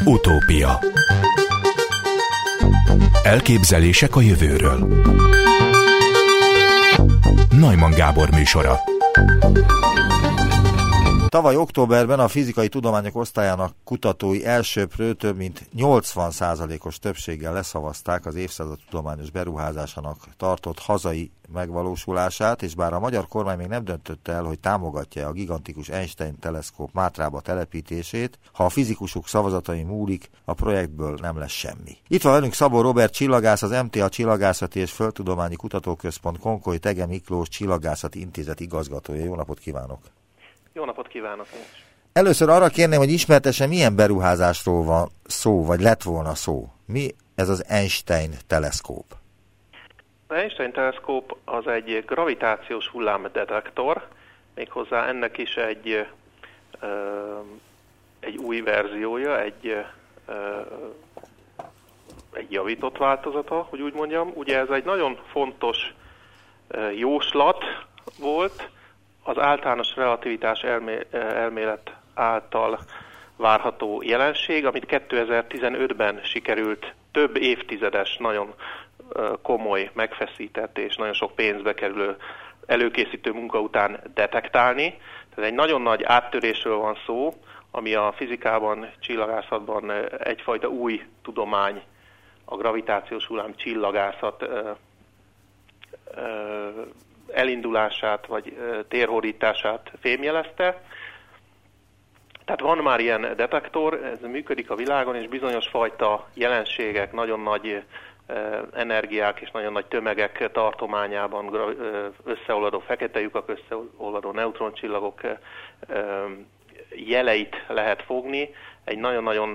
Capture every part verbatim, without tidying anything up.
Utópia. Elképzelések a jövőről. Neumann Gábor műsora. Tavaly októberben a fizikai tudományok osztályának kutatói elsőprő több mint nyolcvan százalékos többséggel leszavazták az évszázad tudományos beruházásának tartott hazai megvalósulását, és bár a magyar kormány még nem döntötte el, hogy támogatja a gigantikus Einstein teleszkóp Mátrába telepítését, ha a fizikusok szavazatai múlik, a projektből nem lesz semmi. Itt van velünk Szabó Róbert csillagász, az em té á Csillagászati és Földtudományi Kutatóközpont Konkoly Thege Miklós Csillagászati Intézet igazgatója. Jó napot kívánok! Jó napot kívánok én is. Először arra kérném, hogy ismertesen milyen beruházásról van szó, vagy lett volna szó. Mi ez az Einstein teleszkóp? Az Einstein teleszkóp az egy gravitációs hullámdetektor, méghozzá ennek is egy, ö, egy új verziója, egy, ö, egy javított változata, hogy úgy mondjam. Ugye ez egy nagyon fontos ö, jóslat volt, az általános relativitás elmé- elmélet által várható jelenség, amit kétezer-tizenötben sikerült több évtizedes, nagyon komoly, megfeszített és nagyon sok pénzbe kerülő előkészítő munka után detektálni. Tehát egy nagyon nagy áttörésről van szó, ami a fizikában, csillagászatban egyfajta új tudomány, a gravitációs hullám csillagászat elindulását vagy térhódítását fémjelezte. Tehát van már ilyen detektor, ez működik a világon, és bizonyos fajta jelenségek, nagyon nagy energiák és nagyon nagy tömegek tartományában összeolvadó fekete lyukak, összeolvadó neutroncsillagok jeleit lehet fogni. Egy nagyon-nagyon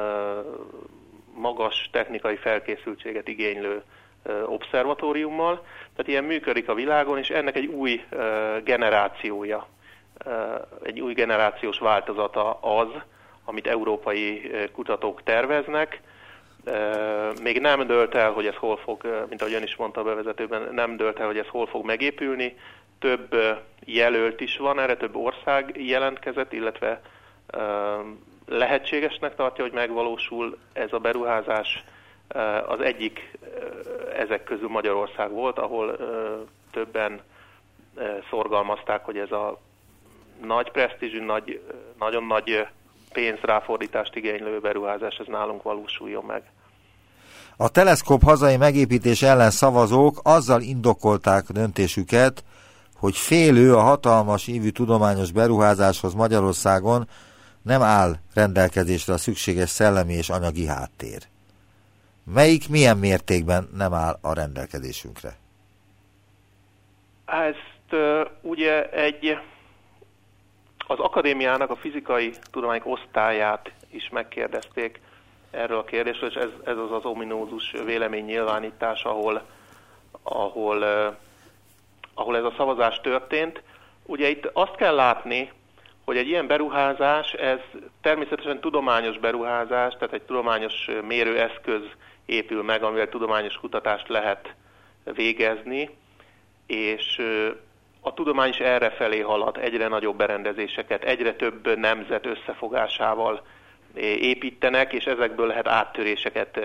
magas technikai felkészültséget igénylő obszervatóriummal. Tehát ilyen működik a világon, és ennek egy új uh, generációja, uh, egy új generációs változata az, amit európai uh, kutatók terveznek. Uh, még nem dőlt el, hogy ez hol fog, uh, mint ahogy ön is mondta a bevezetőben, nem dőlt el, hogy ez hol fog megépülni. Több uh, jelölt is van, erre több ország jelentkezett, illetve uh, lehetségesnek tartja, hogy megvalósul ez a beruházás. Az egyik ezek közül Magyarország volt, ahol többen szorgalmazták, hogy ez a nagy presztízsű, nagy, nagyon nagy pénzráfordítást igénylő beruházás, ez nálunk valósuljon meg. A teleszkóp hazai megépítés ellen szavazók azzal indokolták döntésüket, hogy félő a hatalmas ívű tudományos beruházáshoz Magyarországon nem áll rendelkezésre a szükséges szellemi és anyagi háttér. Melyik milyen mértékben nem áll a rendelkezésünkre? Ezt uh, ugye egy az akadémiának a fizikai tudományok osztályát is megkérdezték erről a kérdésről, és ez, ez az az ominózus véleménynyilvánítás, ahol, ahol, uh, ahol ez a szavazás történt. Ugye itt azt kell látni, hogy egy ilyen beruházás, ez természetesen tudományos beruházás, tehát egy tudományos mérőeszköz épül meg, amivel tudományos kutatást lehet végezni, és a tudomány is errefelé halad, egyre nagyobb berendezéseket, egyre több nemzet összefogásával építenek, és ezekből lehet áttöréseket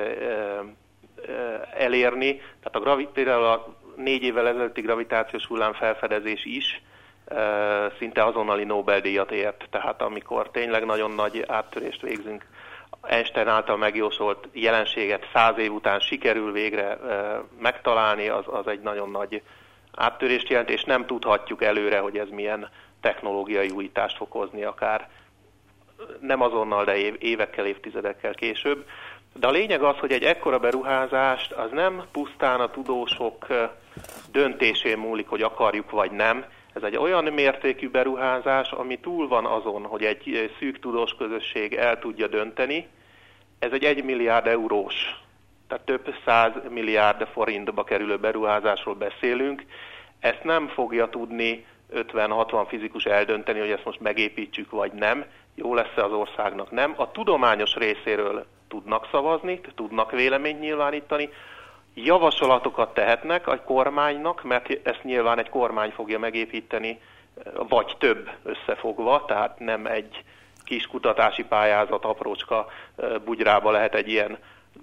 elérni. Tehát a gravi- például a négy évvel ezelőtti gravitációs hullám felfedezés is szinte azonnali Nobel-díjat ért. Tehát amikor tényleg nagyon nagy áttörést végzünk, Einstein által megjósolt jelenséget száz év után sikerül végre e, megtalálni, az, az egy nagyon nagy áttörést jelent, és nem tudhatjuk előre, hogy ez milyen technológiai újítást fog hozni, akár nem azonnal, de év, évekkel, évtizedekkel később. De a lényeg az, hogy egy ekkora beruházást az nem pusztán a tudósok döntésén múlik, hogy akarjuk vagy nem. Ez egy olyan mértékű beruházás, ami túl van azon, hogy egy szűk tudós közösség el tudja dönteni. Ez egy egy milliárd eurós, tehát több száz milliárd forintba kerülő beruházásról beszélünk. Ezt nem fogja tudni ötven-hatvan fizikus eldönteni, hogy ezt most megépítsük vagy nem. Jó lesz-e az országnak? Nem. A tudományos részéről tudnak szavazni, tudnak véleményt nyilvánítani, javasolatokat tehetnek a kormánynak, mert ezt nyilván egy kormány fogja megépíteni, vagy több összefogva, tehát nem egy kis kutatási pályázat, aprócska bugyrába lehet egy ilyen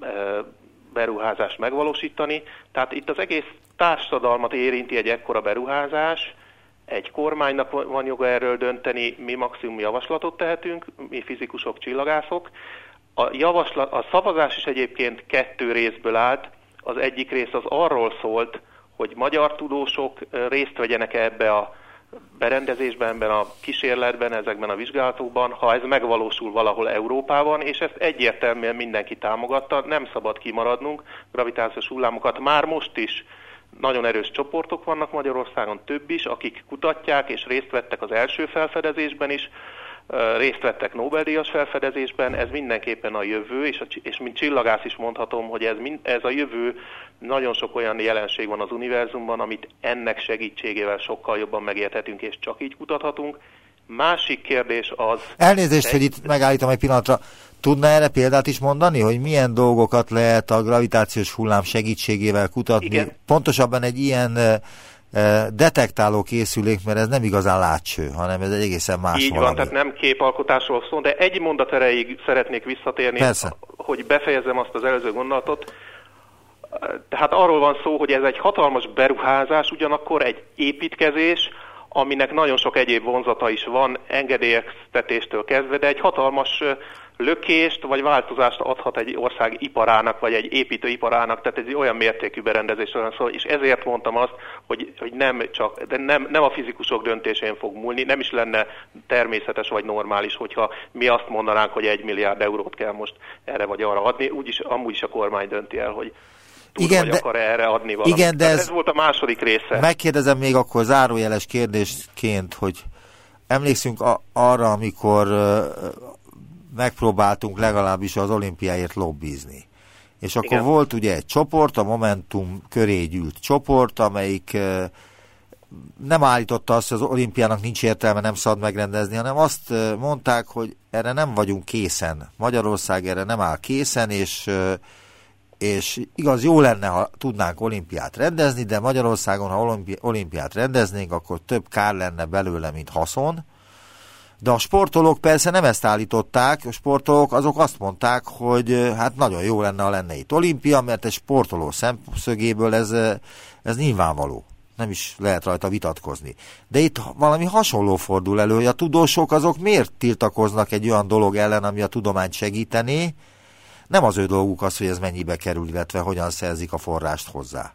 beruházást megvalósítani. Tehát itt az egész társadalmat érinti egy ekkora beruházás, egy kormánynak van joga erről dönteni, mi maximum javaslatot tehetünk, mi fizikusok, csillagászok. A, javaslat, a szavazás is egyébként kettő részből állt. Az egyik rész az arról szólt, hogy magyar tudósok részt vegyenek ebbe a berendezésben, ebben a kísérletben, ezekben a vizsgálatokban, ha ez megvalósul valahol Európában, és ezt egyértelműen mindenki támogatta, nem szabad kimaradnunk, gravitációs hullámokat már most is nagyon erős csoportok vannak Magyarországon, több is, akik kutatják és részt vettek az első felfedezésben is, részt vettek Nobel-díjas felfedezésben, ez mindenképpen a jövő, és, a, és mint csillagász is mondhatom, hogy ez, ez a jövő, nagyon sok olyan jelenség van az univerzumban, amit ennek segítségével sokkal jobban megérthetünk, és csak így kutathatunk. Másik kérdés az... Elnézést, egy... hogy itt megállítom egy pillanatra. Tudna erre példát is mondani, hogy milyen dolgokat lehet a gravitációs hullám segítségével kutatni? Igen. Pontosabban egy ilyen detektáló készülék, mert ez nem igazán látcső, hanem ez egy egészen más Így valami. van, tehát nem képalkotásról szól, de egy mondat erejéig szeretnék visszatérni, Persze. hogy befejezem azt az előző gondolatot. Tehát arról van szó, hogy ez egy hatalmas beruházás, ugyanakkor egy építkezés, aminek nagyon sok egyéb vonzata is van, engedélyeztetéstől kezdve, de egy hatalmas lökést vagy változást adhat egy ország iparának, vagy egy építőiparának, tehát ez egy olyan mértékű berendezésről van szó, és ezért mondtam azt, hogy, hogy nem, csak, de nem, nem a fizikusok döntésén fog múlni, nem is lenne természetes vagy normális, hogyha mi azt mondanánk, hogy egy milliárd eurót kell most erre vagy arra adni, úgyis amúgy is a kormány dönti el, hogy tud, igen, vagy de, akar erre adni valamit. Igen, de ez, ez volt a második része. Megkérdezem még akkor zárójeles kérdésként, hogy emlékszünk a, arra, amikor uh, megpróbáltunk legalábbis az olimpiáért lobbizni. És akkor igen. Volt ugye egy csoport, a Momentum köré gyűlt csoport, amelyik uh, nem állította azt, hogy az olimpiának nincs értelme, nem szabad megrendezni, hanem azt uh, mondták, hogy erre nem vagyunk készen. Magyarország erre nem áll készen, és uh, és igaz, jó lenne, ha tudnánk olimpiát rendezni, de Magyarországon, ha olimpi- olimpiát rendeznénk, akkor több kár lenne belőle, mint haszon. De a sportolók persze nem ezt állították, a sportolók azok azt mondták, hogy hát nagyon jó lenne, ha lenne itt olimpia, mert egy sportoló szemszögéből ez, ez nyilvánvaló. Nem is lehet rajta vitatkozni. De itt valami hasonló fordul elő, hogy a tudósok azok miért tiltakoznak egy olyan dolog ellen, ami a tudományt segítené. Nem az ő dolguk az, hogy ez mennyibe kerül, illetve hogyan szerzik a forrást hozzá.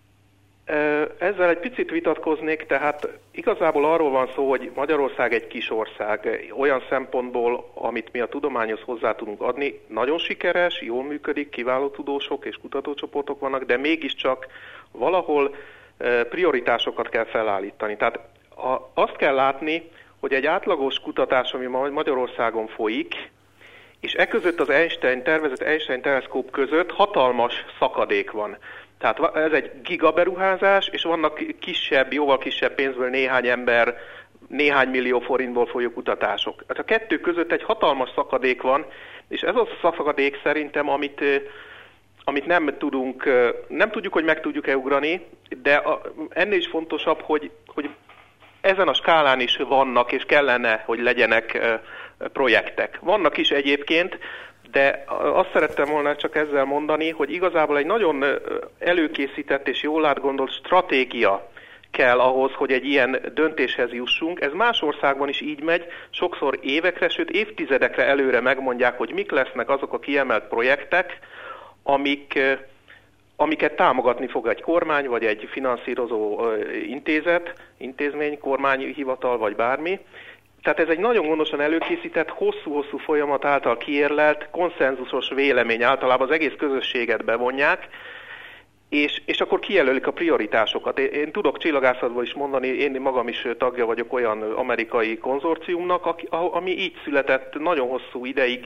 Ezzel egy picit vitatkoznék, tehát igazából arról van szó, hogy Magyarország egy kis ország. Olyan szempontból, amit mi a tudományhoz hozzá tudunk adni, nagyon sikeres, jól működik, kiváló tudósok és kutatócsoportok vannak, de mégiscsak valahol prioritásokat kell felállítani. Tehát azt kell látni, hogy egy átlagos kutatás, ami Magyarországon folyik, és e között az Einstein tervezett Einstein teleszkóp között hatalmas szakadék van. Tehát ez egy gigaberuházás, és vannak kisebb, jóval kisebb pénzből néhány ember, néhány millió forintból folyó kutatások. Hát a kettő között egy hatalmas szakadék van, és ez az a szakadék szerintem, amit, amit nem tudunk, nem tudjuk, hogy meg tudjuk-e ugrani, de a, ennél is fontosabb, hogy, hogy ezen a skálán is vannak, és kellene, hogy legyenek projektek. Vannak is egyébként, de azt szerettem volna csak ezzel mondani, hogy igazából egy nagyon előkészített és jól átgondolt stratégia kell ahhoz, hogy egy ilyen döntéshez jussunk. Ez más országban is így megy, sokszor évekre, sőt évtizedekre előre megmondják, hogy mik lesznek azok a kiemelt projektek, amik, amiket támogatni fog egy kormány, vagy egy finanszírozó intézet, intézmény, kormányhivatal, vagy bármi. Tehát ez egy nagyon gondosan előkészített, hosszú-hosszú folyamat által kiérlelt, konszenzusos vélemény, általában az egész közösséget bevonják, és, és akkor kijelölik a prioritásokat. Én, én tudok csillagászatból is mondani, én magam is tagja vagyok olyan amerikai konzorciumnak, ami így született nagyon hosszú ideig,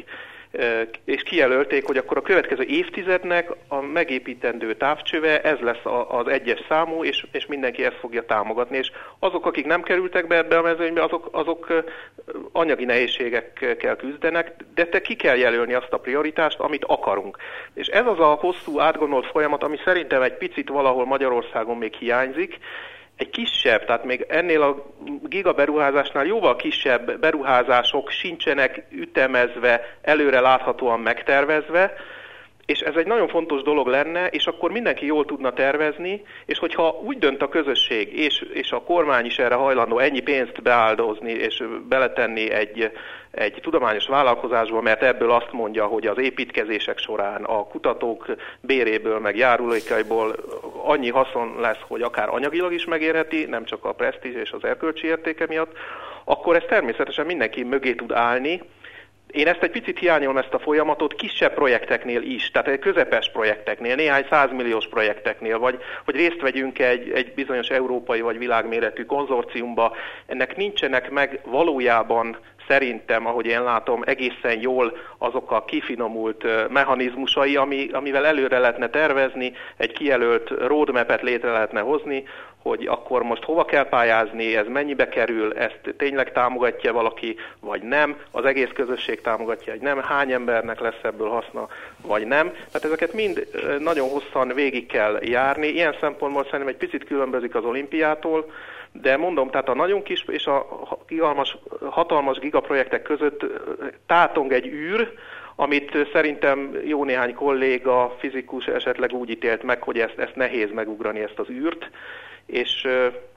és kijelölték, hogy akkor a következő évtizednek a megépítendő távcsöve, ez lesz az egyes számú, és, és mindenki ezt fogja támogatni. És azok, akik nem kerültek be ebbe a mezőnybe, azok, azok anyagi nehézségekkel küzdenek, de te ki kell jelölni azt a prioritást, amit akarunk. És ez az a hosszú átgondolt folyamat, ami szerintem egy picit valahol Magyarországon még hiányzik, egy kisebb, tehát még ennél a gigaberuházásnál jóval kisebb beruházások sincsenek ütemezve, előre láthatóan megtervezve, és ez egy nagyon fontos dolog lenne, és akkor mindenki jól tudna tervezni, és hogyha úgy dönt a közösség, és, és a kormány is erre hajlandó ennyi pénzt beáldozni, és beletenni egy, egy tudományos vállalkozásba, mert ebből azt mondja, hogy az építkezések során a kutatók béréből, meg járulékaiból annyi haszon lesz, hogy akár anyagilag is megérheti, nem csak a presztízs és az erkölcsi értéke miatt, akkor ez természetesen mindenki mögé tud állni. Én ezt egy picit hiányolom, ezt a folyamatot kisebb projekteknél is, tehát közepes projekteknél, néhány százmilliós projekteknél, vagy hogy részt vegyünk egy, egy bizonyos európai vagy világméretű konzorciumba. Ennek nincsenek meg valójában szerintem, ahogy én látom, egészen jól azok a kifinomult mechanizmusai, ami, amivel előre lehetne tervezni, egy kijelölt roadmap-et létre lehetne hozni, hogy akkor most hova kell pályázni, ez mennyibe kerül, ezt tényleg támogatja valaki, vagy nem, az egész közösség támogatja, vagy nem, hány embernek lesz ebből haszna, vagy nem. Tehát ezeket mind nagyon hosszan végig kell járni. Ilyen szempontból szerintem egy picit különbözik az olimpiától, de mondom, tehát a nagyon kis és a hatalmas, hatalmas gigaprojektek között tátong egy űr, amit szerintem jó néhány kolléga, fizikus esetleg úgy ítélt meg, hogy ezt, ezt nehéz megugrani, ezt az űrt, és,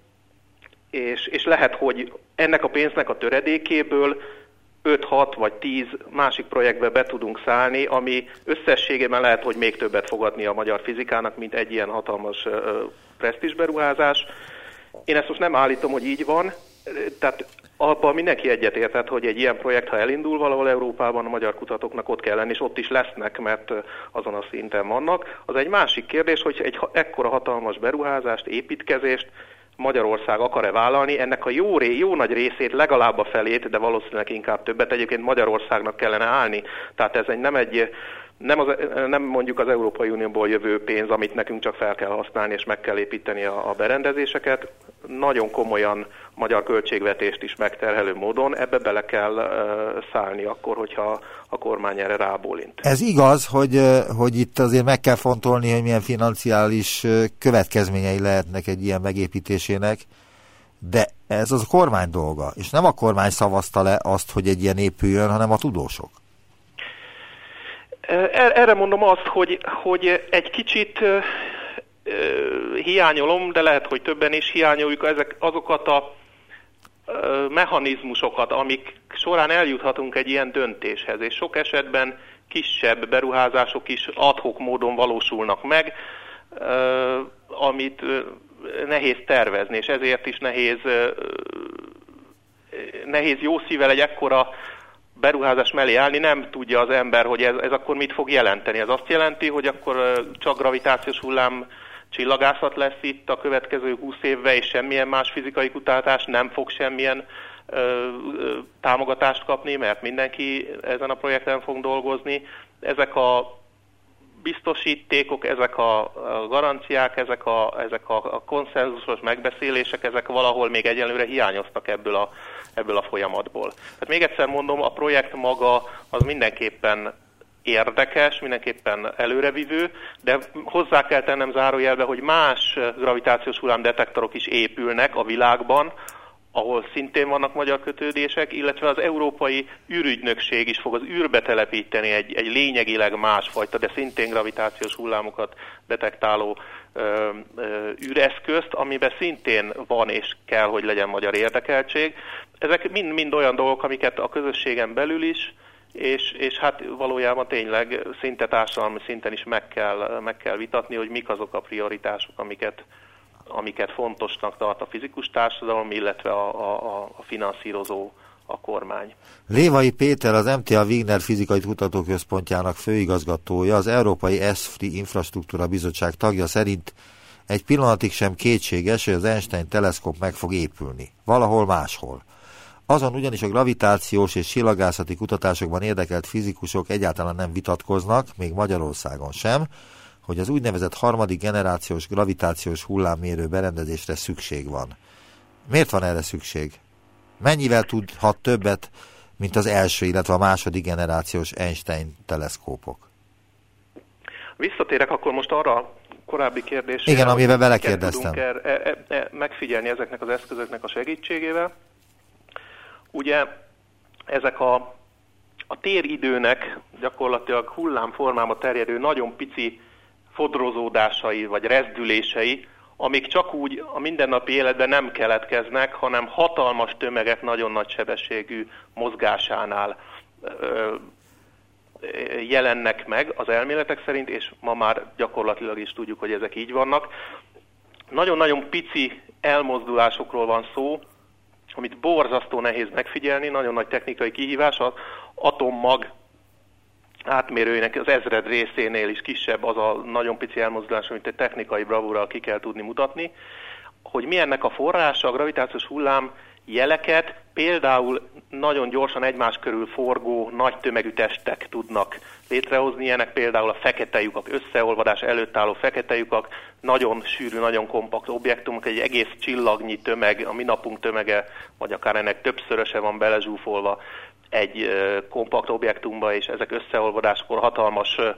és, és lehet, hogy ennek a pénznek a töredékéből öt-hat vagy tíz másik projektbe be tudunk szállni, ami összességében lehet, hogy még többet fog adni a magyar fizikának, mint egy ilyen hatalmas presztízsberuházás. Én ezt most nem állítom, hogy így van, tehát abban mindenki egyetértett, hogy egy ilyen projekt, ha elindul valahol Európában, a magyar kutatóknak ott kell lenni, és ott is lesznek, mert azon a szinten vannak. Az egy másik kérdés, hogy egy ekkora hatalmas beruházást, építkezést Magyarország akar-e vállalni, ennek a jó, ré, jó nagy részét, legalább a felét, de valószínűleg inkább többet egyébként Magyarországnak kellene állni. Tehát ez egy, nem egy Nem, az, nem mondjuk az Európai Unióból jövő pénz, amit nekünk csak fel kell használni, és meg kell építeni a, a berendezéseket. Nagyon komolyan magyar költségvetést is megterhelő módon, ebbe bele kell uh, szállni akkor, hogyha a kormány erre rábólint. Ez igaz, hogy, hogy itt azért meg kell fontolni, hogy milyen financiális következményei lehetnek egy ilyen megépítésének, de ez az a kormány dolga, és nem a kormány szavazta le azt, hogy egy ilyen épüljön, hanem a tudósok. Erre mondom azt, hogy, hogy egy kicsit uh, hiányolom, de lehet, hogy többen is hiányoljuk ezek, azokat a uh, mechanizmusokat, amik során eljuthatunk egy ilyen döntéshez, és sok esetben kisebb beruházások is ad hoc módon valósulnak meg, uh, amit uh, nehéz tervezni, és ezért is nehéz, uh, nehéz jó szívvel egy ekkora beruházás mellé állni, nem tudja az ember, hogy ez, ez akkor mit fog jelenteni. Ez azt jelenti, hogy akkor csak gravitációs hullám csillagászat lesz itt a következő húsz évben, és semmilyen más fizikai kutatás nem fog semmilyen ö, ö, támogatást kapni, mert mindenki ezen a projekten fog dolgozni. Ezek a biztosítékok, ezek a garanciák, ezek a, ezek a konszenzusos megbeszélések, ezek valahol még egyelőre hiányoztak ebből a, ebből a folyamatból. Tehát még egyszer mondom, a projekt maga az mindenképpen érdekes, mindenképpen előrevívő, de hozzá kell tennem zárójelbe, hogy más gravitációs hullámdetektorok is épülnek a világban, ahol szintén vannak magyar kötődések, illetve az Európai űrügynökség is fog az űrbe telepíteni egy, egy lényegileg másfajta, de szintén gravitációs hullámokat detektáló ö, ö, űreszközt, amiben szintén van és kell, hogy legyen magyar érdekeltség. Ezek mind-mind olyan dolgok, amiket a közösségen belül is, és, és hát valójában tényleg szinte társadalmi szinten is meg kell, meg kell vitatni, hogy mik azok a prioritások, amiket amiket fontosnak tart a fizikus társadalom, illetve a, a, a finanszírozó, a kormány. Lévai Péter, az em té á Wigner Fizikai Kutatóközpontjának főigazgatója, az Európai ESFRI Infrastruktúra Bizottság tagja szerint egy pillanatig sem kétséges, hogy az Einstein teleszkóp meg fog épülni. Valahol máshol. Azon ugyanis a gravitációs és csillagászati kutatásokban érdekelt fizikusok egyáltalán nem vitatkoznak, még Magyarországon sem, hogy az úgynevezett harmadik generációs gravitációs hullámmérő berendezésre szükség van. Miért van erre szükség? Mennyivel tudhat többet, mint az első, illetve a második generációs Einstein teleszkópok? Visszatérek akkor most arra a korábbi kérdésére. Igen, amivel belekérdeztem. Er, e, e, megfigyelni ezeknek az eszközöknek a segítségével. Ugye ezek a, a téridőnek gyakorlatilag hullámformába terjedő nagyon pici fodrozódásai vagy rezdülései, amik csak úgy a mindennapi életben nem keletkeznek, hanem hatalmas tömegek nagyon nagy sebességű mozgásánál ö, jelennek meg az elméletek szerint, és ma már gyakorlatilag is tudjuk, hogy ezek így vannak. Nagyon-nagyon pici elmozdulásokról van szó, amit borzasztó nehéz megfigyelni, nagyon nagy technikai kihívás, az atommag átmérőjének az ezred részénél is kisebb az a nagyon pici elmozdulás, amit egy technikai bravúrral ki kell tudni mutatni. Hogy mi ennek a forrása, a gravitációs hullám jeleket például nagyon gyorsan egymás körül forgó nagy tömegű testek tudnak létrehozni, ilyenek például a fekete lyukak, összeolvadás előtt álló fekete lyukak, nagyon sűrű, nagyon kompakt objektumok, egy egész csillagnyi tömeg, a mi napunk tömege, vagy akár ennek többszöröse van belezsúfolva egy uh, kompakt objektumba, és ezek összeolvadáskor hatalmas uh,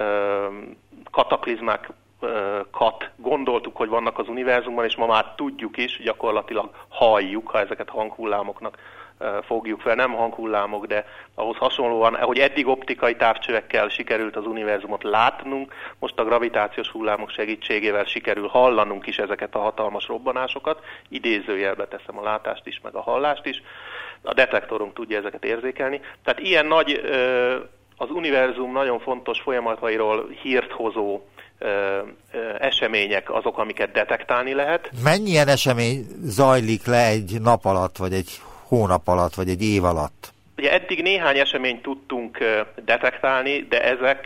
kataklizmák kat gondoltuk, hogy vannak az univerzumban, és ma már tudjuk is, gyakorlatilag halljuk, ha ezeket hanghullámoknak fogjuk fel. Nem hanghullámok, de ahhoz hasonlóan, ahogy eddig optikai távcsövekkel sikerült az univerzumot látnunk, most a gravitációs hullámok segítségével sikerül hallanunk is ezeket a hatalmas robbanásokat. Idézőjelbe teszem a látást is, meg a hallást is. A detektorunk tudja ezeket érzékelni. Tehát ilyen nagy, az univerzum nagyon fontos folyamatairól hírt hozó Ö, ö, események azok, amiket detektálni lehet. Mennyi ilyen esemény zajlik le egy nap alatt, vagy egy hónap alatt, vagy egy év alatt? Ugye eddig néhány eseményt tudtunk ö, detektálni, de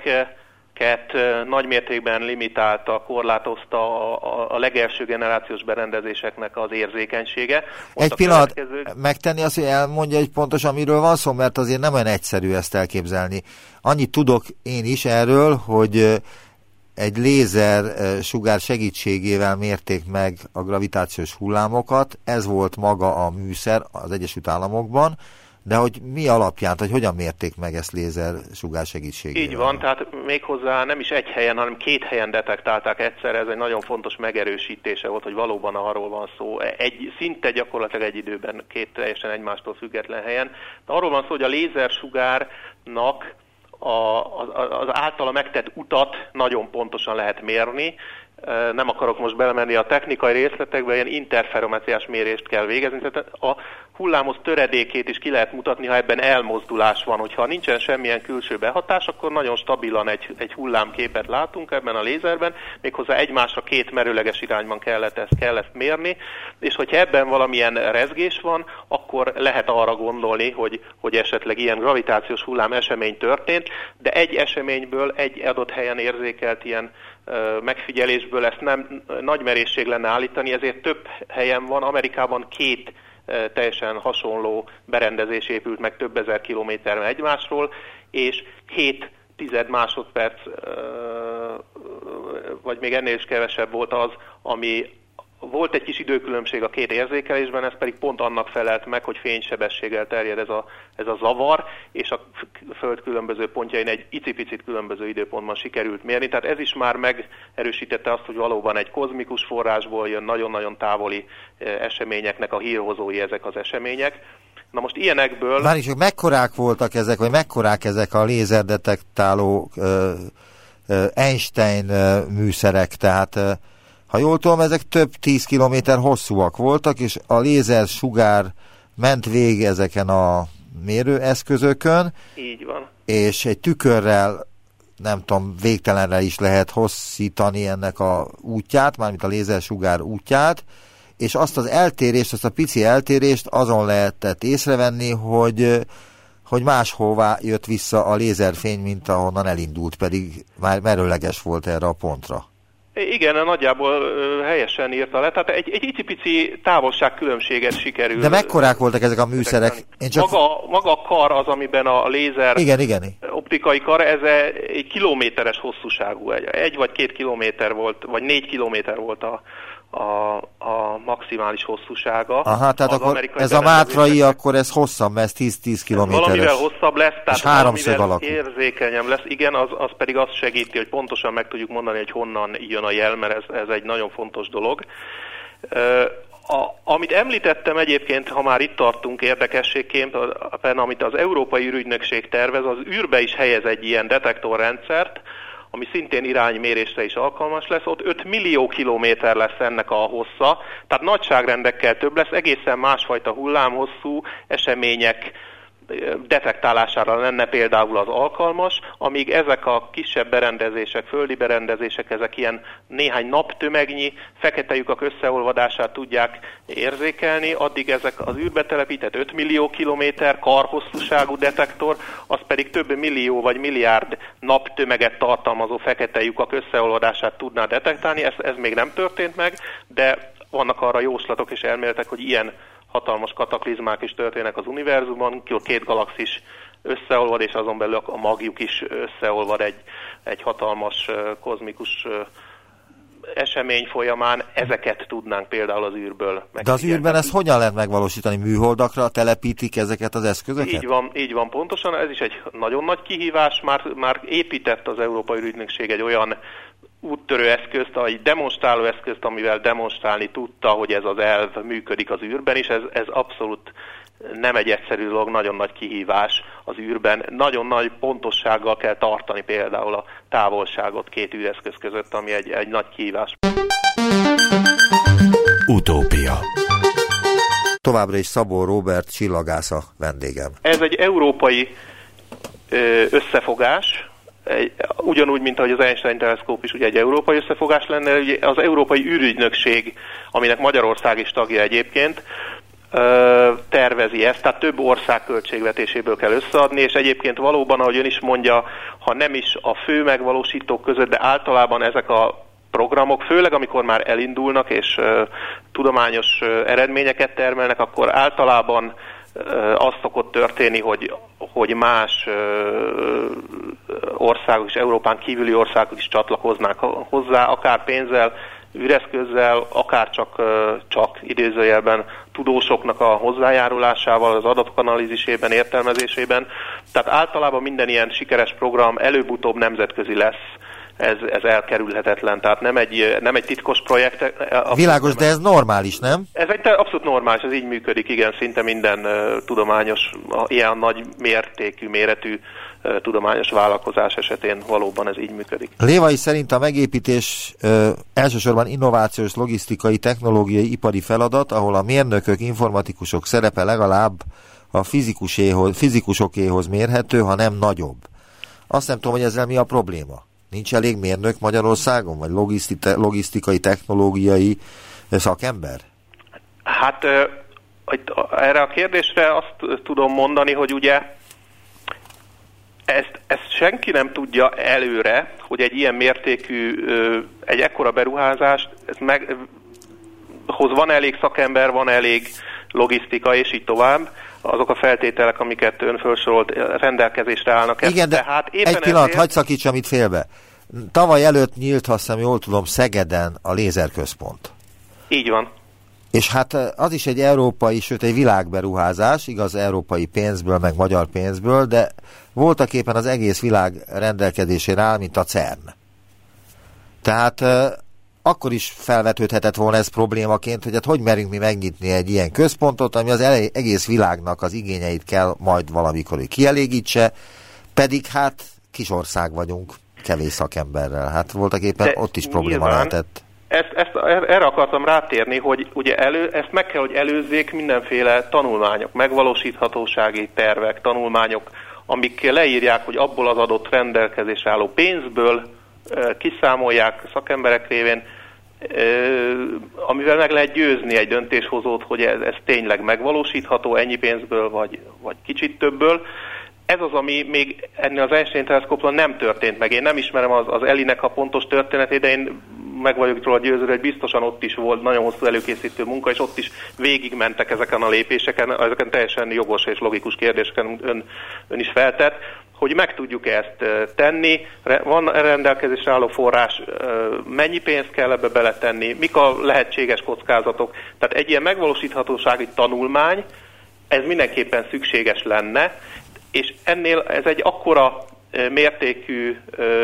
ezeket ö, nagymértékben limitálta, korlátozta a, a, a legelső generációs berendezéseknek az érzékenysége. Most egy pillanat, következő... megtenni azt, hogy elmondja, hogy pontosan miről van szó, mert azért nem olyan egyszerű ezt elképzelni. Annyit tudok én is erről, hogy egy lézer sugár segítségével mérték meg a gravitációs hullámokat, ez volt maga a műszer az Egyesült Államokban, de hogy mi alapján, hogy hogyan mérték meg ezt lézer sugár segítségével? Így van, tehát méghozzá nem is egy helyen, hanem két helyen detektálták egyszerre, ez egy nagyon fontos megerősítése volt, hogy valóban arról van szó. Egy, szinte gyakorlatilag egy időben, két teljesen egymástól független helyen. De arról van szó, hogy a lézersugárnak A, az általa megtett utat nagyon pontosan lehet mérni. Nem akarok most belemenni a technikai részletekbe, ilyen interferometriás mérést kell végezni. Tehát a hullámos töredékét is ki lehet mutatni, ha ebben elmozdulás van. Hogyha nincsen semmilyen külső behatás, akkor nagyon stabilan egy, egy hullámképet látunk ebben a lézerben, méghozzá egymásra két merőleges irányban kellett ezt, kell ezt mérni, és hogyha ebben valamilyen rezgés van, akkor lehet arra gondolni, hogy, hogy esetleg ilyen gravitációs hullám esemény történt, de egy eseményből, egy adott helyen érzékelt ilyen megfigyelésből ezt nem nagy merészség lenne állítani, ezért több helyen van. Amerikában két teljesen hasonló berendezés épült meg több ezer kilométerre egymásról, és hét tized másodperc, vagy még ennél is kevesebb volt az, ami volt egy kis időkülönbség a két érzékelésben, ez pedig pont annak felelt meg, hogy fénysebességgel terjed ez a, ez a zavar, és a Föld különböző pontjain egy icipicit különböző időpontban sikerült mérni. Tehát ez is már megerősítette azt, hogy valóban egy kozmikus forrásból jön nagyon-nagyon távoli eseményeknek a hírhozói ezek az események. Na most ilyenekből... Már is, hogy mekkorák voltak ezek, vagy mekkorák ezek a lézerdetektáló uh, uh, Einstein uh, műszerek, tehát... Uh, Ha jól tudom, ezek több tíz kilométer hosszúak voltak, és a lézer sugár ment végig ezeken a mérőeszközökön. Így van. És egy tükörrel, nem tudom, végtelenre is lehet hosszítani ennek a útját, mármint a lézer sugár útját, és azt az eltérést, azt a pici eltérést azon lehetett észrevenni, hogy, hogy máshová jött vissza a lézerfény, mint ahonnan elindult, pedig már merőleges volt erre a pontra. Igen, nagyjából helyesen írta le, tehát egy, egy icipici távolságkülönbséget sikerül. De mekkorák voltak ezek a műszerek? Én csak... maga, maga a kar az, amiben a lézer igen, igen. optikai kar, ez egy kilométeres hosszúságú, egy, egy vagy két kilométer volt, vagy négy kilométer volt a, a, a maximális hosszúsága. Aha, tehát akkor ez a mátrai, akkor ez hosszabb, mert ez tíz-tíz kilométeres. Valamivel hosszabb lesz, tehát háromszög alakú. Érzékenyem lesz. Igen, az, az pedig azt segíti, hogy pontosan meg tudjuk mondani, hogy honnan jön a jel, mert ez, ez egy nagyon fontos dolog. A, amit említettem egyébként, ha már itt tartunk érdekességként, amit az Európai űrügynökség tervez, az űrbe is helyez egy ilyen detektorrendszert, ami szintén iránymérésre is alkalmas lesz, ott öt millió kilométer lesz ennek a hossza, tehát nagyságrendekkel több lesz, egészen másfajta hullámhosszú események detektálására lenne például az alkalmas, amíg ezek a kisebb berendezések, földi berendezések, ezek ilyen néhány naptömegnyi fekete lyukak összeolvadását tudják érzékelni, addig ezek az űrbe telepített öt millió kilométer karhosszúságú detektor, az pedig több millió vagy milliárd naptömeget tartalmazó fekete lyukak összeolvadását tudná detektálni, ez, ez még nem történt meg, de vannak arra jóslatok és elméletek, hogy ilyen hatalmas kataklizmák is történnek az univerzumban, két galaxis összeolvad, és azon belül a magjuk is összeolvad egy, egy hatalmas kozmikus esemény folyamán. Ezeket tudnánk például az űrből megfigyelni. De az űrben ezt hogyan lehet megvalósítani? Műholdakra telepítik ezeket az eszközöket? Így van, így van pontosan. Ez is egy nagyon nagy kihívás. Már, már épített az Európai űrügynökség egy olyan úttörő eszközt, egy demonstráló eszközt, amivel demonstrálni tudta, hogy ez az elv működik az űrben, és ez, ez abszolút nem egy egyszerű dolog, nagyon nagy kihívás az űrben. Nagyon nagy pontossággal kell tartani például a távolságot két űreszköz között, ami egy, egy nagy kihívás. Utópia. Továbbra is Szabó Róbert csillagász a vendégem. Ez egy európai ö, összefogás, Egy, ugyanúgy, mint ahogy az Einstein teleszkóp is ugye egy európai összefogás lenne, ugye az Európai űrügynökség, aminek Magyarország is tagja egyébként, tervezi ezt, tehát több ország költségvetéséből kell összeadni, és egyébként valóban, ahogy ön is mondja, ha nem is a fő megvalósítók között, de általában ezek a programok, főleg amikor már elindulnak és tudományos eredményeket termelnek, akkor általában az szokott történni, hogy, hogy más országok és Európán kívüli országok is csatlakoznak hozzá, akár pénzzel, üreszközzel, akár csak, csak idézőjelben tudósoknak a hozzájárulásával, az adatok analízisében, értelmezésében. Tehát általában minden ilyen sikeres program előbb-utóbb nemzetközi lesz. Ez, ez elkerülhetetlen, tehát nem egy, nem egy titkos projekt. Világos, de ez normális, nem? Ez egy abszolút normális, ez így működik, igen, szinte minden uh, tudományos, uh, ilyen nagy mértékű, méretű uh, tudományos vállalkozás esetén valóban ez így működik. Lévai szerint a megépítés uh, elsősorban innovációs, logisztikai, technológiai, ipari feladat, ahol a mérnökök, informatikusok szerepe legalább a fizikuséhoz, fizikusokéhoz mérhető, ha nem nagyobb. Azt nem tudom, hogy ezzel mi a probléma. Nincs elég mérnök Magyarországon, vagy logiszti- logisztikai, technológiai szakember? Hát erre a kérdésre azt tudom mondani, hogy ugye ezt, ezt senki nem tudja előre, hogy egy ilyen mértékű, egy ekkora beruházást, ez meg, hoz van elég szakember, van elég logisztika, és így tovább. Azok a feltételek, amiket ön felsorolt, rendelkezésre állnak. Igen, de Tehát egy pillanat, ezért... hagyd szakítsam itt félbe. Tavaly előtt nyílt, ha hiszem, jól tudom, Szegeden a lézerközpont. Így van. És hát az is egy európai, sőt egy világberuházás, igaz, európai pénzből, meg magyar pénzből, de voltak éppen az egész világ rendelkezésére áll, mint a cern. Tehát akkor is felvetődhetett volna ez problémaként, hogy hát hogy merünk mi megnyitni egy ilyen központot, ami az egész világnak az igényeit kell majd valamikor kielégítse, pedig hát kis ország vagyunk, kevés szakemberrel. Hát voltak éppen de ott is probléma lehetett. Ezt, ezt, erre akartam rátérni, hogy ugye elő, ezt meg kell, hogy előzzék mindenféle tanulmányok, megvalósíthatósági tervek, tanulmányok, amik leírják, hogy abból az adott rendelkezésre álló pénzből kiszámolják szakemberek révén, amivel meg lehet győzni egy döntéshozót, hogy ez, ez tényleg megvalósítható ennyi pénzből, vagy, vagy kicsit többből. Ez az, ami még ennél az Einstein teleszkópon nem történt meg. Én nem ismerem az, az Elinek a pontos történetét, de én meg vagyok róla győződve, hogy biztosan ott is volt nagyon hosszú előkészítő munka, és ott is végigmentek ezeken a lépéseken, ezeken teljesen jogos és logikus kérdéseken ön, ön is feltett, hogy meg tudjuk ezt tenni, van rendelkezésre álló forrás, mennyi pénzt kell ebbe beletenni, mik a lehetséges kockázatok. Tehát egy ilyen megvalósíthatósági tanulmány, ez mindenképpen szükséges lenne, és ennél ez egy akkora mértékű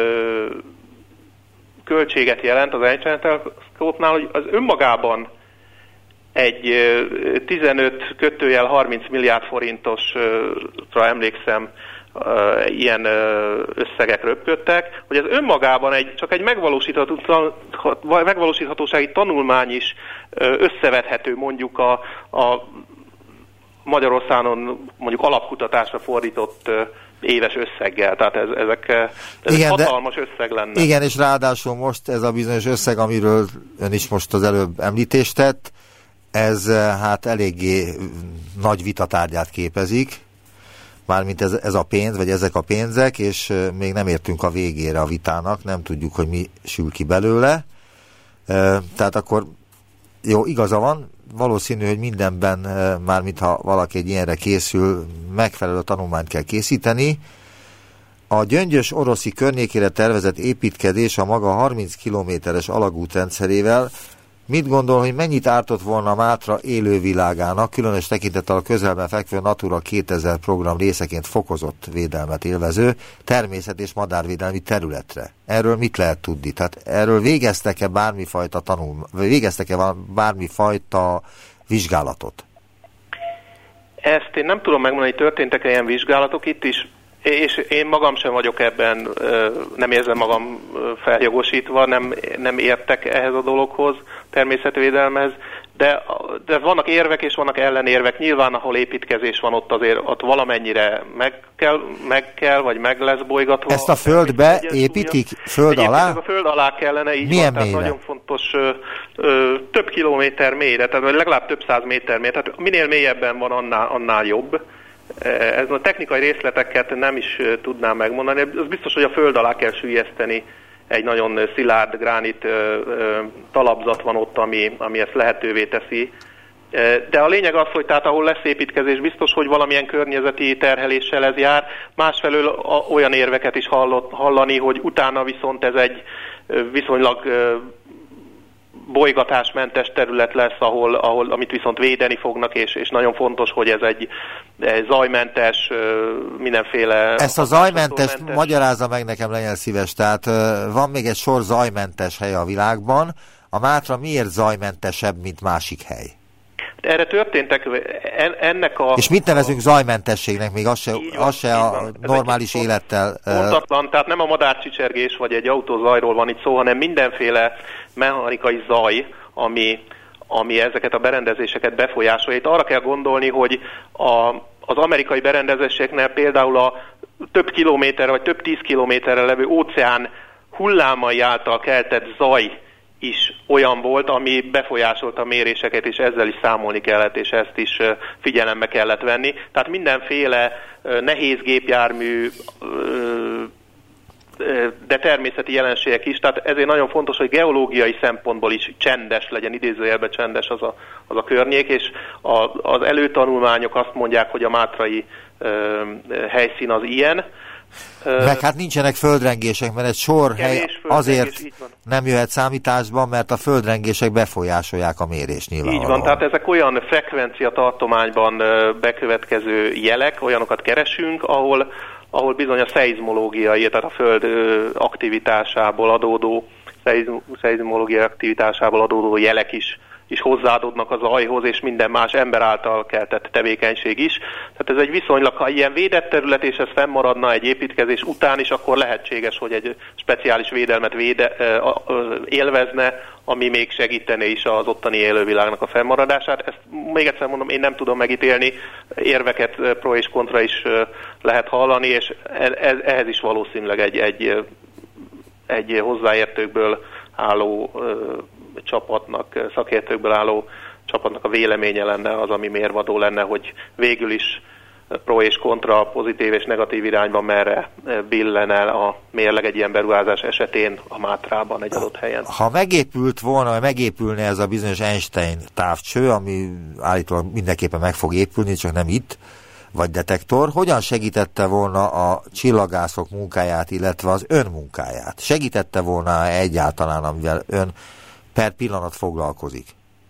költséget jelent az Einstein teleszkópnál, hogy az önmagában egy tizenöt kötőjel harminc milliárd forintosra emlékszem, ilyen összegek röpködtek, hogy ez önmagában egy, csak egy megvalósítható, megvalósíthatósági tanulmány is összevethető mondjuk a, a Magyarországon mondjuk alapkutatásra fordított éves összeggel, tehát ez, ezek, ez igen, hatalmas de, összeg lenne. Igen, és ráadásul most ez a bizonyos összeg, amiről ön is most az előbb említést tett, ez hát eléggé nagy vitatárgyát képezik, mármint ez, ez a pénz, vagy ezek a pénzek, és még nem értünk a végére a vitának, nem tudjuk, hogy mi sül ki belőle. Tehát akkor jó, igaza van, valószínű, hogy mindenben, mármint ha valaki egy ilyenre készül, megfelelő tanulmányt kell készíteni. A Gyöngyös Oroszi környékére tervezett építkezés a maga harminc kilométeres alagútrendszerével mit gondol, hogy mennyit ártott volna Mátra élővilágának, különös tekintettel a közelben fekvő Natura kétezer program részeként fokozott védelmet élvező természet- és madárvédelmi területre? Erről mit lehet tudni? Tehát erről végeztek-e bármifajta tanul, végeztek-e bármifajta vizsgálatot? Ezt én nem tudom megmondani, hogy történtek-e ilyen vizsgálatok itt is, és én magam sem vagyok ebben, nem érzem magam feljogosítva, nem, nem értek ehhez a dologhoz, természetvédelmez, de, de vannak érvek és vannak ellenérvek. Nyilván, ahol építkezés van, ott azért ott valamennyire meg kell, meg kell vagy meg lesz bolygatva. Ezt a földbe építik? Föld alá? A föld alá kellene, így milyen van, tehát nagyon fontos, ö, ö, több kilométer mélyre, tehát legalább több száz méter mélyre, tehát minél mélyebben van, annál, annál jobb. Ez a technikai részleteket nem is tudnám megmondani. Az biztos, hogy a föld alá kell süllyeszteni. Egy nagyon szilárd gránit talapzat van ott, ami, ami ezt lehetővé teszi. De a lényeg az, hogy tehát ahol lesz építkezés, biztos, hogy valamilyen környezeti terheléssel ez jár. Másfelől olyan érveket is hallott, hallani, hogy utána viszont ez egy viszonylag bolygatásmentes terület lesz, ahol, ahol, amit viszont védeni fognak, és, és nagyon fontos, hogy ez egy, egy zajmentes, mindenféle... Ezt a zajmentest magyarázza meg nekem, legyen szíves. Tehát van még egy sor zajmentes hely a világban. A Mátra miért zajmentesebb, mint másik hely? Erre történtek ennek a... És mit nevezünk zajmentességnek? Még az se, van, az se a normális élettel... Pontatlan, tehát nem a madárcsicsergés vagy egy autózajról van itt szó, hanem mindenféle mechanikai zaj, ami, ami ezeket a berendezéseket befolyásolja. Itt arra kell gondolni, hogy a, az amerikai berendezéseknél például a több kilométerre vagy több tíz kilométerre levő óceán hullámai által keltett zaj is olyan volt, ami befolyásolta a méréseket, és ezzel is számolni kellett, és ezt is figyelembe kellett venni. Tehát mindenféle nehéz gépjármű, de természeti jelenségek is, tehát ezért nagyon fontos, hogy geológiai szempontból is csendes legyen, idézőjelben csendes az a, az a környék, és a, az előtanulmányok azt mondják, hogy a mátrai ö, helyszín az ilyen. Meg hát nincsenek földrengések, mert egy sor hely azért nem jöhet számításba, mert a földrengések befolyásolják a mérést nyilvánvalóan. Így van, tehát ezek olyan frekvencia tartományban bekövetkező jelek, olyanokat keresünk, ahol, ahol bizony a szeizmológiai, tehát a föld aktivitásából adódó, szeizmológiai aktivitásából adódó jelek is is hozzáadódnak az zajhoz, és minden más ember által keltett tevékenység is. Tehát ez egy viszonylag, ha ilyen védett terület, és ez fennmaradna egy építkezés után is, akkor lehetséges, hogy egy speciális védelmet véde, élvezne, ami még segítené is az ottani élővilágnak a fennmaradását. Ezt még egyszer mondom, én nem tudom megítélni, érveket pro és kontra is lehet hallani, és ehhez is valószínűleg egy, egy, egy hozzáértőkből álló csapatnak, szakértőkből álló csapatnak a véleménye lenne az, ami mérvadó lenne, hogy végül is pro és kontra, pozitív és negatív irányban merre billen el a mérleg egy ilyen beruházás esetén a Mátrában egy adott helyen. Ha megépült volna, vagy megépülne ez a bizonyos Einstein távcső, ami állítólag mindenképpen meg fog épülni, csak nem itt, vagy detektor, hogyan segítette volna a csillagászok munkáját, illetve az ön munkáját? Segítette volna egyáltalán, amivel ön per pillanat foglalkozik?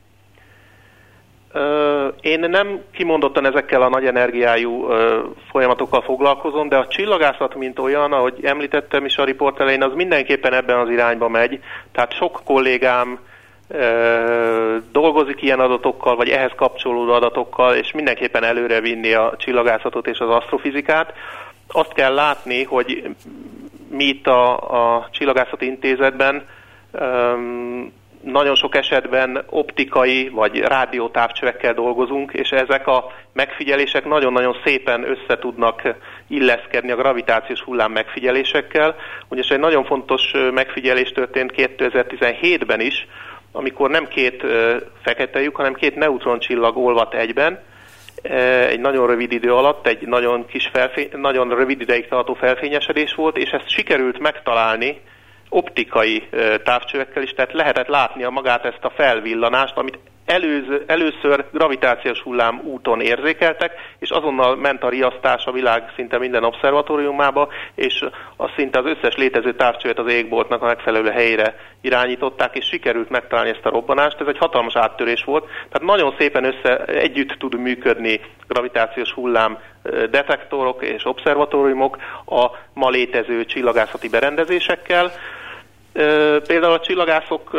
Én nem kimondottan ezekkel a nagy energiájú folyamatokkal foglalkozom, de a csillagászat, mint olyan, ahogy említettem is a riport elején, az mindenképpen ebben az irányba megy. Tehát sok kollégám dolgozik ilyen adatokkal, vagy ehhez kapcsolódó adatokkal, és mindenképpen előre vinni a csillagászatot és az asztrofizikát. Azt kell látni, hogy mi itt a, a Csillagászati Intézetben nagyon sok esetben optikai vagy rádiótávcsövekkel dolgozunk, és ezek a megfigyelések nagyon-nagyon szépen össze tudnak illeszkedni a gravitációs hullám megfigyelésekkel. Ugyanis egy nagyon fontos megfigyelés történt kétezer-tizenhétben is, amikor nem két fekete lyuk, hanem két neutroncsillag olvadt egyben, egy nagyon rövid idő alatt, egy nagyon, kis felfény, nagyon rövid ideig tartó felfényesedés volt, és ezt sikerült megtalálni optikai távcsövekkel is, tehát lehetett látni a magát ezt a felvillanást, amit előző, először gravitációs hullám úton érzékeltek, és azonnal ment a riasztás a világ szinte minden obszervatóriumába, és az szinte az összes létező távcsövet az égboltnak a megfelelő helyére irányították, és sikerült megtalálni ezt a robbanást. Ez egy hatalmas áttörés volt, tehát nagyon szépen össze együtt tud működni gravitációs hullám detektorok és obszervatóriumok a ma létező csillagászati berendezésekkel. Például a csillagászok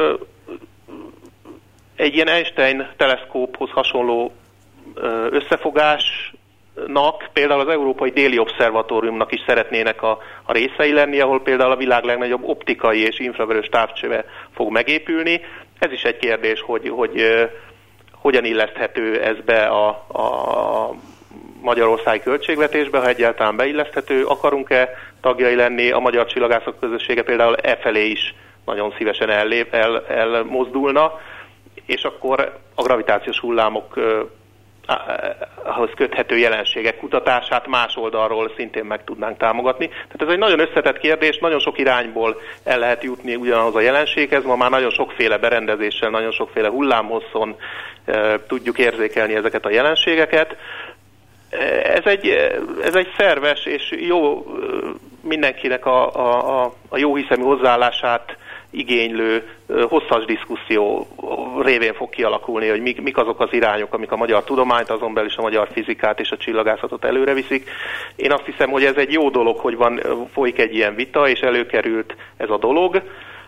egy ilyen Einstein teleszkóphoz hasonló összefogásnak, például az Európai Déli Obszervatóriumnak is szeretnének a, a részei lenni, ahol például a világ legnagyobb optikai és infravörös távcsöve fog megépülni. Ez is egy kérdés, hogy, hogy hogyan illeszthető ez be a, a magyarországi költségvetésbe, ha egyáltalán beilleszthető, akarunk-e tagjai lenni, a Magyar Csillagászok Közössége például e felé is nagyon szívesen ellép, el, elmozdulna, és akkor a gravitációs hullámokhoz köthető jelenségek kutatását más oldalról szintén meg tudnánk támogatni. Tehát ez egy nagyon összetett kérdés, nagyon sok irányból el lehet jutni ugyanaz a jelenséghez, ma már nagyon sokféle berendezéssel, nagyon sokféle hullámhosszon e, tudjuk érzékelni ezeket a jelenségeket. Ez egy, ez egy szerves és jó mindenkinek a, a, a jó hiszemű hozzáállását igénylő hosszas diszkuszió révén fog kialakulni, hogy mik, mik azok az irányok, amik a magyar tudományt, azon belül is a magyar fizikát és a csillagászatot előre viszik. Én azt hiszem, hogy ez egy jó dolog, hogy van, folyik egy ilyen vita, és előkerült ez a dolog.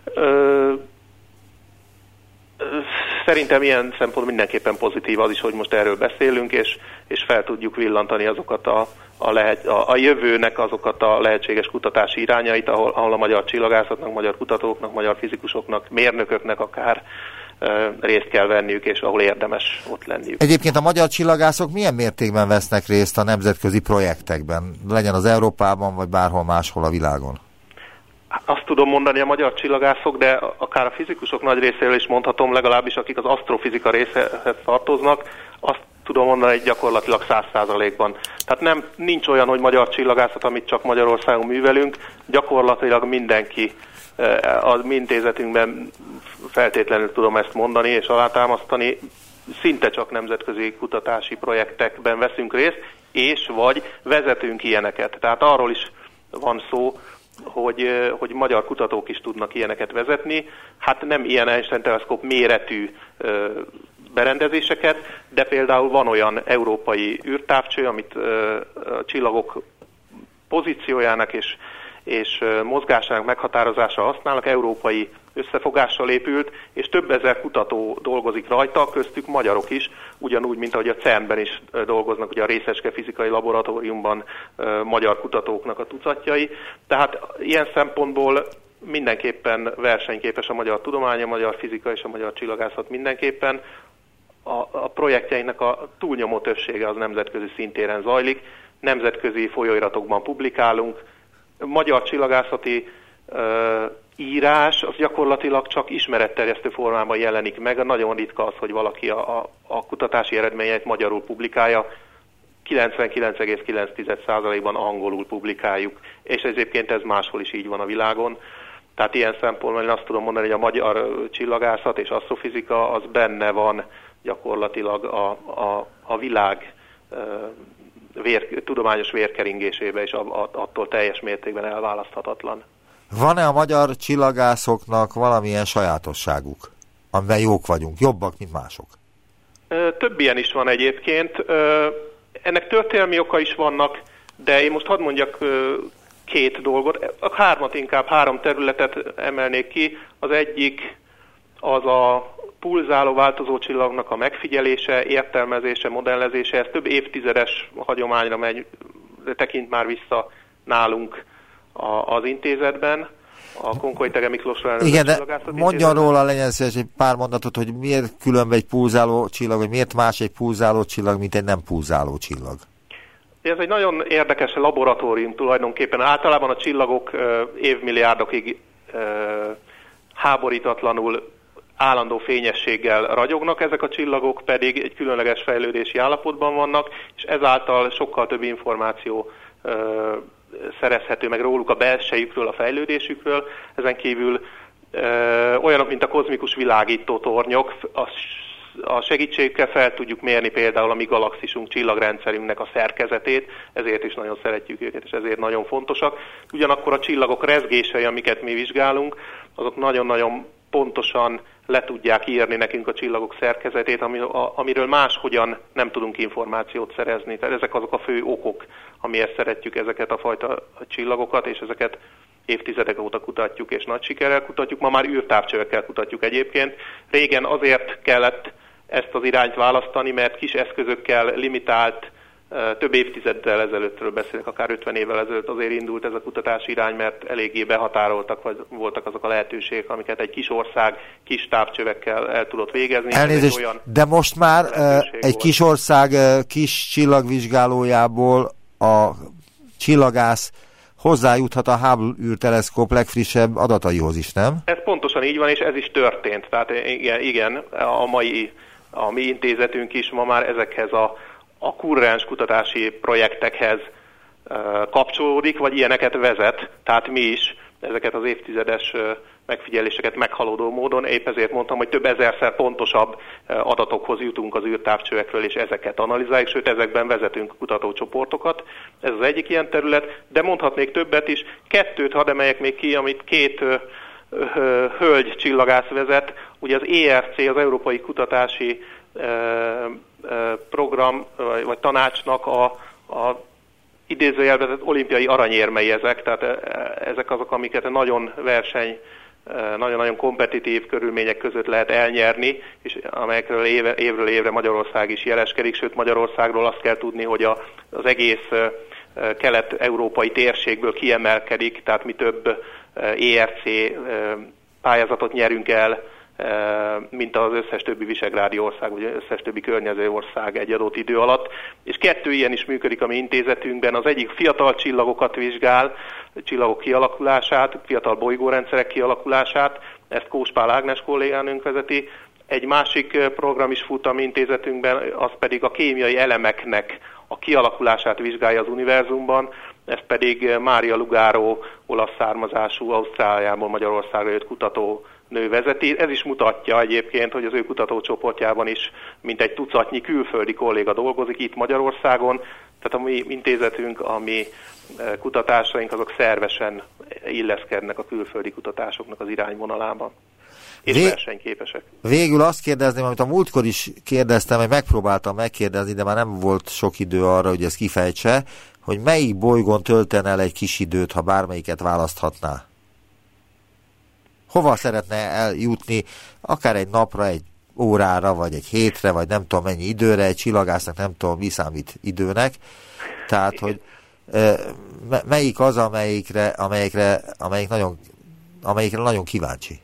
Szerintem ilyen szempont mindenképpen pozitív az is, hogy most erről beszélünk, és, és fel tudjuk villantani azokat a, a, lehet, a, a jövőnek azokat a lehetséges kutatási irányait, ahol, ahol a magyar csillagászatnak, magyar kutatóknak, magyar fizikusoknak, mérnököknek akár e, részt kell venniük, és ahol érdemes ott lenniük. Egyébként a magyar csillagászok milyen mértékben vesznek részt a nemzetközi projektekben, legyen az Európában, vagy bárhol máshol a világon? Azt tudom mondani a magyar csillagászok, de akár a fizikusok nagy részéről is mondhatom, legalábbis akik az asztrofizika részhez tartoznak, azt tudom mondani, hogy gyakorlatilag száz százalékban. Tehát nem, nincs olyan, hogy magyar csillagászat, amit csak Magyarországon művelünk, gyakorlatilag mindenki az mi intézetünkben feltétlenül tudom ezt mondani és alátámasztani, szinte csak nemzetközi kutatási projektekben veszünk részt, és vagy vezetünk ilyeneket. Tehát arról is van szó, Hogy, hogy magyar kutatók is tudnak ilyeneket vezetni. Hát nem ilyen Einstein teleszkóp méretű ö, berendezéseket, de például van olyan európai űrtávcső, amit ö, a csillagok pozíciójának és, és ö, mozgásának meghatározása használnak, európai összefogással épült, és több ezer kutató dolgozik rajta, köztük magyarok is, ugyanúgy, mint ahogy a cernben is dolgoznak, ugye a Részecske Fizikai Laboratóriumban magyar kutatóknak a tucatjai. Tehát ilyen szempontból mindenképpen versenyképes a magyar tudomány, a magyar fizika és a magyar csillagászat mindenképpen. A, a projektjeinknek a túlnyomó többsége az nemzetközi szintéren zajlik, nemzetközi folyóiratokban publikálunk, magyar csillagászati uh, írás az gyakorlatilag csak ismeretterjesztő formában jelenik meg. Nagyon ritka az, hogy valaki a, a, a kutatási eredményeit magyarul publikálja. kilencvenkilenc egész kilenc százalékban angolul publikáljuk, és egyébként ez máshol is így van a világon. Tehát ilyen szempontból én azt tudom mondani, hogy a magyar csillagászat és asztrofizika az benne van gyakorlatilag a, a, a világ vér, tudományos vérkeringésébe, és attól teljes mértékben elválaszthatatlan. Van-e a magyar csillagászoknak valamilyen sajátosságuk, amiben jók vagyunk, jobbak, mint mások? Több ilyen is van egyébként. Ennek történelmi oka is vannak, de én most hadd mondjak két dolgot. A hármat inkább, három területet emelnék ki. Az egyik az a pulzáló változó csillagnak a megfigyelése, értelmezése, modellezése. Ez több évtizedes hagyományra megy, tekint már vissza nálunk az intézetben. A Konkoly Thege Miklós Igen, de mondjon róla, legyen szíves egy pár mondatot, hogy miért különben egy pulzáló csillag, vagy miért más egy pulzáló csillag, mint egy nem pulzáló csillag? Ez egy nagyon érdekes laboratórium tulajdonképpen. Általában a csillagok évmilliárdokig háborítatlanul állandó fényességgel ragyognak, ezek a csillagok pedig egy különleges fejlődési állapotban vannak, és ezáltal sokkal több információ szerezhető meg róluk, a belsejükről, a fejlődésükről. Ezen kívül ö, olyanok, mint a kozmikus világító tornyok, a, a segítségükkel fel tudjuk mérni például a mi galaxisunk, csillagrendszerünknek a szerkezetét, ezért is nagyon szeretjük őket, és ezért nagyon fontosak. Ugyanakkor a csillagok rezgései, amiket mi vizsgálunk, azok nagyon-nagyon pontosan le tudják írni nekünk a csillagok szerkezetét, ami, a, amiről máshogyan nem tudunk információt szerezni. Tehát ezek azok a fő okok, amiért szeretjük ezeket a fajta csillagokat, és ezeket évtizedek óta kutatjuk, és nagy sikerrel kutatjuk. Ma már űrtávcsövekkel kutatjuk egyébként. Régen azért kellett ezt az irányt választani, mert kis eszközökkel limitált, több évtizeddel ezelőttről beszélek, akár ötven évvel ezelőtt azért indult ez a kutatási irány, mert eléggé behatároltak, vagy voltak azok a lehetőségek, amiket egy kis ország kis távcsövekkel el tudott végezni. Elnézést, olyan de most már egy volt. Kis ország kis csillagvizsgálójából a csillagász hozzájuthat a Hubble űrteleszkóp legfrissebb adataihoz is, nem? Ez pontosan így van, és ez is történt. Tehát igen, igen a mai a mi intézetünk is ma már ezekhez a a kurrens kutatási projektekhez uh, kapcsolódik, vagy ilyeneket vezet, tehát mi is ezeket az évtizedes uh, megfigyeléseket meghaladó módon, épp ezért mondtam, hogy több ezerszer pontosabb uh, adatokhoz jutunk az űrtávcsövekről, és ezeket analizáljuk, sőt ezekben vezetünk kutatócsoportokat. Ez az egyik ilyen terület, de mondhatnék többet is. Kettőt hadd emeljek még ki, amit két uh, uh, hölgy csillagász vezet, ugye az é er cé, az Európai Kutatási uh, program, vagy tanácsnak a, a idézőjelben olimpiai aranyérmei ezek, tehát ezek azok, amiket nagyon verseny, nagyon-nagyon kompetitív körülmények között lehet elnyerni, és amelyekről éve, évről évre Magyarország is jeleskedik, sőt Magyarországról azt kell tudni, hogy a, az egész kelet-európai térségből kiemelkedik, tehát mi több é er cé pályázatot nyerünk el, mint az összes többi visegrádi ország, vagy az összes többi környező ország egy adott idő alatt. És kettő ilyen is működik a mi intézetünkben. Az egyik fiatal csillagokat vizsgál, csillagok kialakulását, fiatal bolygórendszerek kialakulását, ezt Kós Pál Ágnes kollégánőnk vezeti. Egy másik program is fut a mi intézetünkben, az pedig a kémiai elemeknek a kialakulását vizsgálja az univerzumban, ezt pedig Mária Lugaro, olasz származású, Ausztráliából Magyarországra jött kutató nő vezeti. Ez is mutatja egyébként, hogy az ő kutatócsoportjában is mintegy tucatnyi külföldi kolléga dolgozik itt Magyarországon, tehát a mi intézetünk, a mi kutatásaink azok szervesen illeszkednek a külföldi kutatásoknak az irányvonalában. És Vég... versenyképesek. Végül azt kérdezném, amit a múltkor is kérdeztem, hogy megpróbáltam megkérdezni, de már nem volt sok idő arra, hogy ezt kifejtse, hogy melyik bolygón töltene el egy kis időt, ha bármelyiket választhatná? Hova szeretne eljutni, akár egy napra, egy órára, vagy egy hétre, vagy nem tudom mennyi időre, egy csillagásznak nem tudom mi számít időnek. Tehát, hogy e, melyik az, amelyikre, amelyikre, amelyik nagyon, amelyikre nagyon kíváncsi?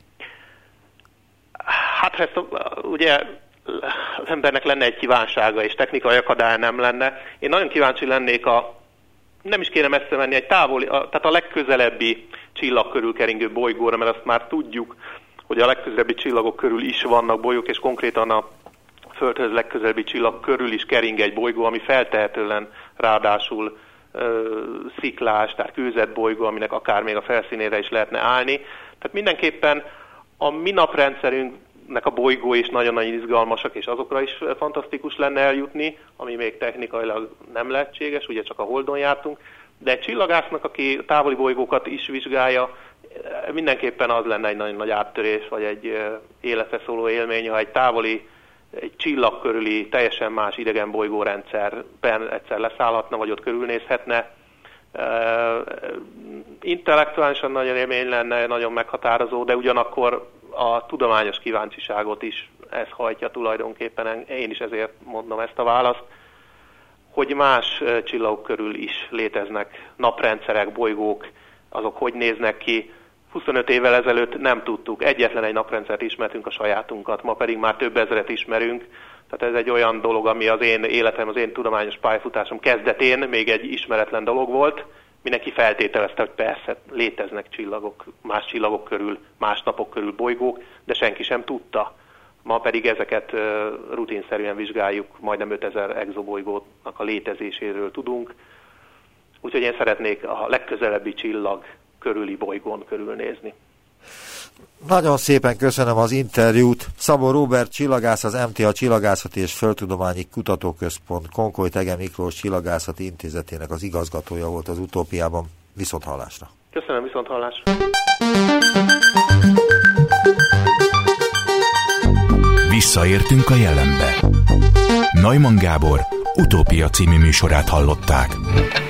Hát ezt ugye az embernek lenne egy kívánsága, és technikai akadály nem lenne. Én nagyon kíváncsi lennék a, nem is kéne messze menni, egy távoli, a, tehát a legközelebbi csillag körül keringő bolygóra, mert azt már tudjuk, hogy a legközelebbi csillagok körül is vannak bolygók, és konkrétan a Földhöz legközelebbi csillag körül is kering egy bolygó, ami feltehetően ráadásul ö, sziklás, tehát kőzett bolygó, aminek akár még a felszínére is lehetne állni. Tehát mindenképpen a mi naprendszerünk a bolygó is nagyon-nagyon izgalmasak, és azokra is fantasztikus lenne eljutni, ami még technikailag nem lehetséges, ugye csak a Holdon jártunk, de egy csillagásznak, aki távoli bolygókat is vizsgálja, mindenképpen az lenne egy nagyon nagy áttörés, vagy egy életre szóló élmény, ha egy távoli, egy csillag körüli, teljesen más idegen bolygórendszerben egyszer leszállhatna, vagy ott körülnézhetne. Intellektuálisan nagyon élmény lenne, nagyon meghatározó, de ugyanakkor a tudományos kíváncsiságot is ez hajtja tulajdonképpen, én is ezért mondom ezt a választ, hogy más csillagok körül is léteznek naprendszerek, bolygók, azok hogy néznek ki. huszonöt évvel ezelőtt nem tudtuk, egyetlen egy naprendszert ismertünk, a sajátunkat, ma pedig már több ezret ismerünk. Tehát ez egy olyan dolog, ami az én életem, az én tudományos pályafutásom kezdetén még egy ismeretlen dolog volt. Mindenki feltételezte, hogy persze léteznek csillagok, más csillagok körül, más napok körül bolygók, de senki sem tudta. Ma pedig ezeket rutinszerűen vizsgáljuk, majdnem ötezer exobolygónak a létezéséről tudunk. Úgyhogy én szeretnék a legközelebbi csillag körüli bolygón körülnézni. Nagyon szépen köszönöm az interjút. Szabó Róbert csillagász, az em té á Csillagászati és Földtudományi Kutatóközpont Konkoly-Thege Miklós Csillagászati Intézetének az igazgatója volt az Utópiában. Viszonthallásra. Köszönöm, viszonthallásra. Visszaértünk a jelenbe. Neumann Gábor Utópia című műsorát hallották.